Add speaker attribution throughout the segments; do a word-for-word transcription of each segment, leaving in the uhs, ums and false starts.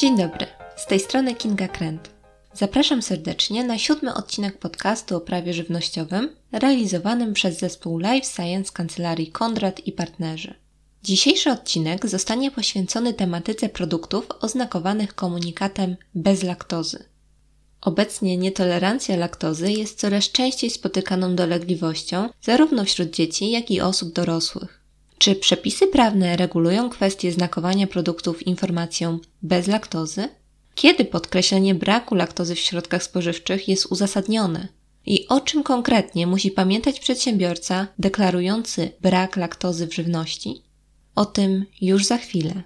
Speaker 1: Dzień dobry, z tej strony Kinga Kręt. Zapraszam serdecznie na siódmy odcinek podcastu o prawie żywnościowym realizowanym przez zespół Life Science Kancelarii Konrad i Partnerzy. Dzisiejszy odcinek zostanie poświęcony tematyce produktów oznakowanych komunikatem bez laktozy. Obecnie nietolerancja laktozy jest coraz częściej spotykaną dolegliwością zarówno wśród dzieci, jak i osób dorosłych. Czy przepisy prawne regulują kwestię znakowania produktów informacją bez laktozy? Kiedy podkreślenie braku laktozy w środkach spożywczych jest uzasadnione? I o czym konkretnie musi pamiętać przedsiębiorca deklarujący brak laktozy w żywności? O tym już za chwilę.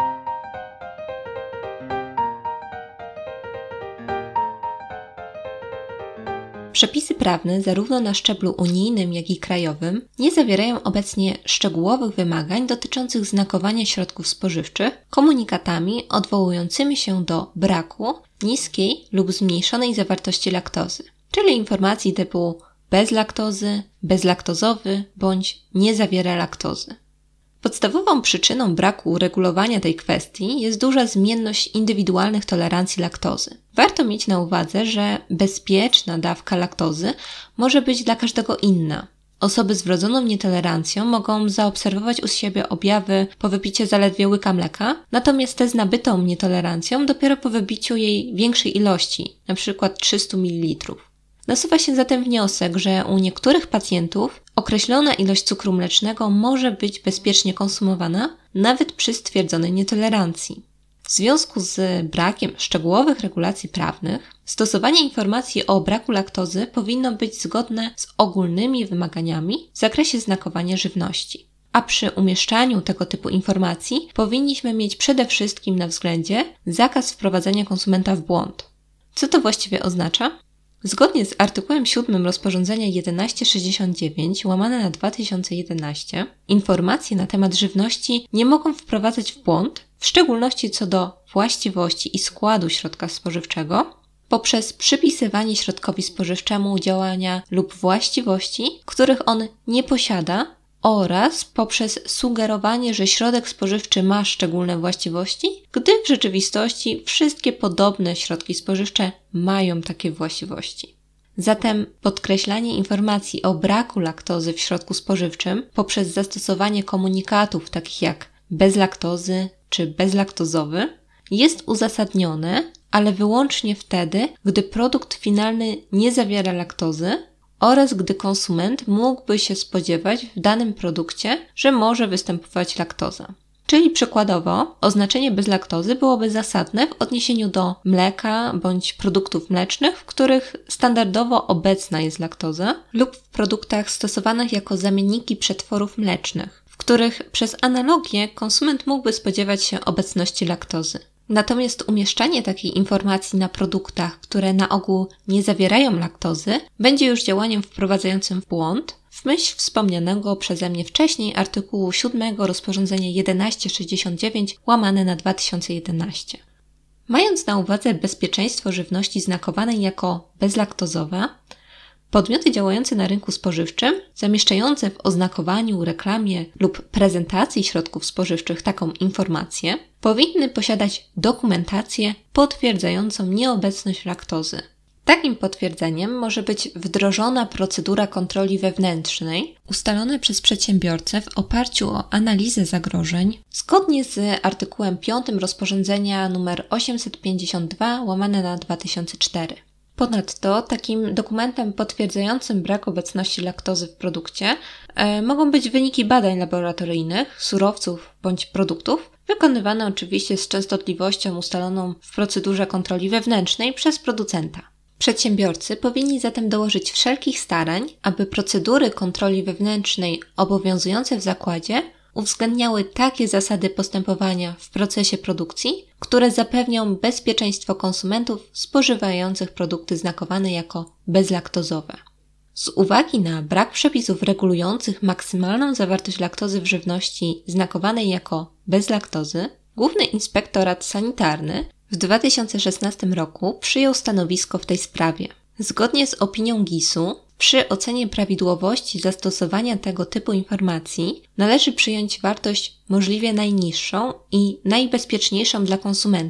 Speaker 1: Przepisy prawne zarówno na szczeblu unijnym, jak i krajowym nie zawierają obecnie szczegółowych wymagań dotyczących znakowania środków spożywczych komunikatami odwołującymi się do braku, niskiej lub zmniejszonej zawartości laktozy, czyli informacji typu bez laktozy, bezlaktozowy bądź nie zawiera laktozy. Podstawową przyczyną braku uregulowania tej kwestii jest duża zmienność indywidualnych tolerancji laktozy. Warto mieć na uwadze, że bezpieczna dawka laktozy może być dla każdego inna. Osoby z wrodzoną nietolerancją mogą zaobserwować u siebie objawy po wypiciu zaledwie łyka mleka, natomiast te z nabytą nietolerancją dopiero po wybiciu jej większej ilości, np. trzysta mililitrów. Nasuwa się zatem wniosek, że u niektórych pacjentów określona ilość cukru mlecznego może być bezpiecznie konsumowana nawet przy stwierdzonej nietolerancji. W związku z brakiem szczegółowych regulacji prawnych, stosowanie informacji o braku laktozy powinno być zgodne z ogólnymi wymaganiami w zakresie znakowania żywności. A przy umieszczaniu tego typu informacji powinniśmy mieć przede wszystkim na względzie zakaz wprowadzenia konsumenta w błąd. Co to właściwie oznacza? Zgodnie z artykułem siódmym rozporządzenia tysiąc sto sześćdziesiąt dziewięć łamane na dwa tysiące jedenaście informacje na temat żywności nie mogą wprowadzać w błąd, w szczególności co do właściwości i składu środka spożywczego, poprzez przypisywanie środkowi spożywczemu działania lub właściwości, których on nie posiada, oraz poprzez sugerowanie, że środek spożywczy ma szczególne właściwości, gdy w rzeczywistości wszystkie podobne środki spożywcze mają takie właściwości. Zatem podkreślanie informacji o braku laktozy w środku spożywczym poprzez zastosowanie komunikatów takich jak bez laktozy czy bezlaktozowy jest uzasadnione, ale wyłącznie wtedy, gdy produkt finalny nie zawiera laktozy, oraz gdy konsument mógłby się spodziewać w danym produkcie, że może występować laktoza. Czyli przykładowo oznaczenie bez laktozy byłoby zasadne w odniesieniu do mleka bądź produktów mlecznych, w których standardowo obecna jest laktoza, lub w produktach stosowanych jako zamienniki przetworów mlecznych, w których przez analogię konsument mógłby spodziewać się obecności laktozy. Natomiast umieszczanie takiej informacji na produktach, które na ogół nie zawierają laktozy, będzie już działaniem wprowadzającym w błąd w myśl wspomnianego przeze mnie wcześniej artykułu siódmego rozporządzenia tysiąc sto sześćdziesiąt dziewięć łamane na dwa tysiące jedenaście. Mając na uwadze bezpieczeństwo żywności znakowanej jako bezlaktozowa, podmioty działające na rynku spożywczym, zamieszczające w oznakowaniu, reklamie lub prezentacji środków spożywczych taką informację, powinny posiadać dokumentację potwierdzającą nieobecność laktozy. Takim potwierdzeniem może być wdrożona procedura kontroli wewnętrznej, ustalona przez przedsiębiorcę w oparciu o analizę zagrożeń, zgodnie z artykułem piątym rozporządzenia nr osiemset pięćdziesiąt dwa łamane na dwa tysiące cztery. Ponadto takim dokumentem potwierdzającym brak obecności laktozy w produkcie e, mogą być wyniki badań laboratoryjnych, surowców bądź produktów, wykonywane oczywiście z częstotliwością ustaloną w procedurze kontroli wewnętrznej przez producenta. Przedsiębiorcy powinni zatem dołożyć wszelkich starań, aby procedury kontroli wewnętrznej obowiązujące w zakładzie uwzględniały takie zasady postępowania w procesie produkcji, które zapewnią bezpieczeństwo konsumentów spożywających produkty znakowane jako bezlaktozowe. Z uwagi na brak przepisów regulujących maksymalną zawartość laktozy w żywności znakowanej jako bez laktozy, Główny Inspektorat Sanitarny w dwa tysiące szesnastym roku przyjął stanowisko w tej sprawie. Zgodnie z opinią gisu, przy ocenie prawidłowości zastosowania tego typu informacji należy przyjąć wartość możliwie najniższą i najbezpieczniejszą dla konsumenta,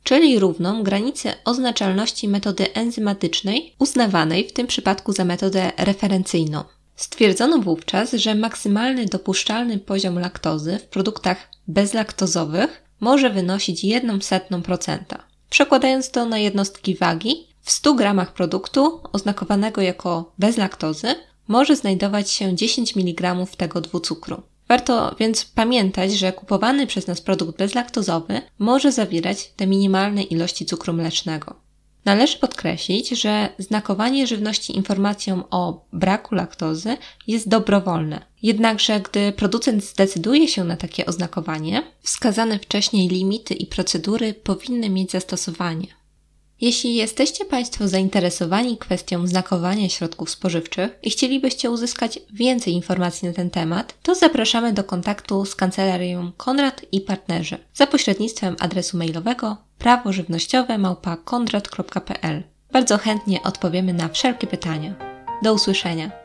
Speaker 1: czyli równą granicę oznaczalności metody enzymatycznej, uznawanej w tym przypadku za metodę referencyjną. Stwierdzono wówczas, że maksymalny dopuszczalny poziom laktozy w produktach bezlaktozowych może wynosić jedną setną procenta. Przekładając to na jednostki wagi, w stu gramach produktu oznakowanego jako bez laktozy może znajdować się dziesięć miligramów tego dwucukru. Warto więc pamiętać, że kupowany przez nas produkt bezlaktozowy może zawierać te minimalne ilości cukru mlecznego. Należy podkreślić, że znakowanie żywności informacją o braku laktozy jest dobrowolne. Jednakże gdy producent zdecyduje się na takie oznakowanie, wskazane wcześniej limity i procedury powinny mieć zastosowanie. Jeśli jesteście Państwo zainteresowani kwestią znakowania środków spożywczych i chcielibyście uzyskać więcej informacji na ten temat, to zapraszamy do kontaktu z kancelarią Konrad i Partnerzy za pośrednictwem adresu mailowego prawożywnościowe małpa konrad kropka p l. Bardzo chętnie odpowiemy na wszelkie pytania. Do usłyszenia.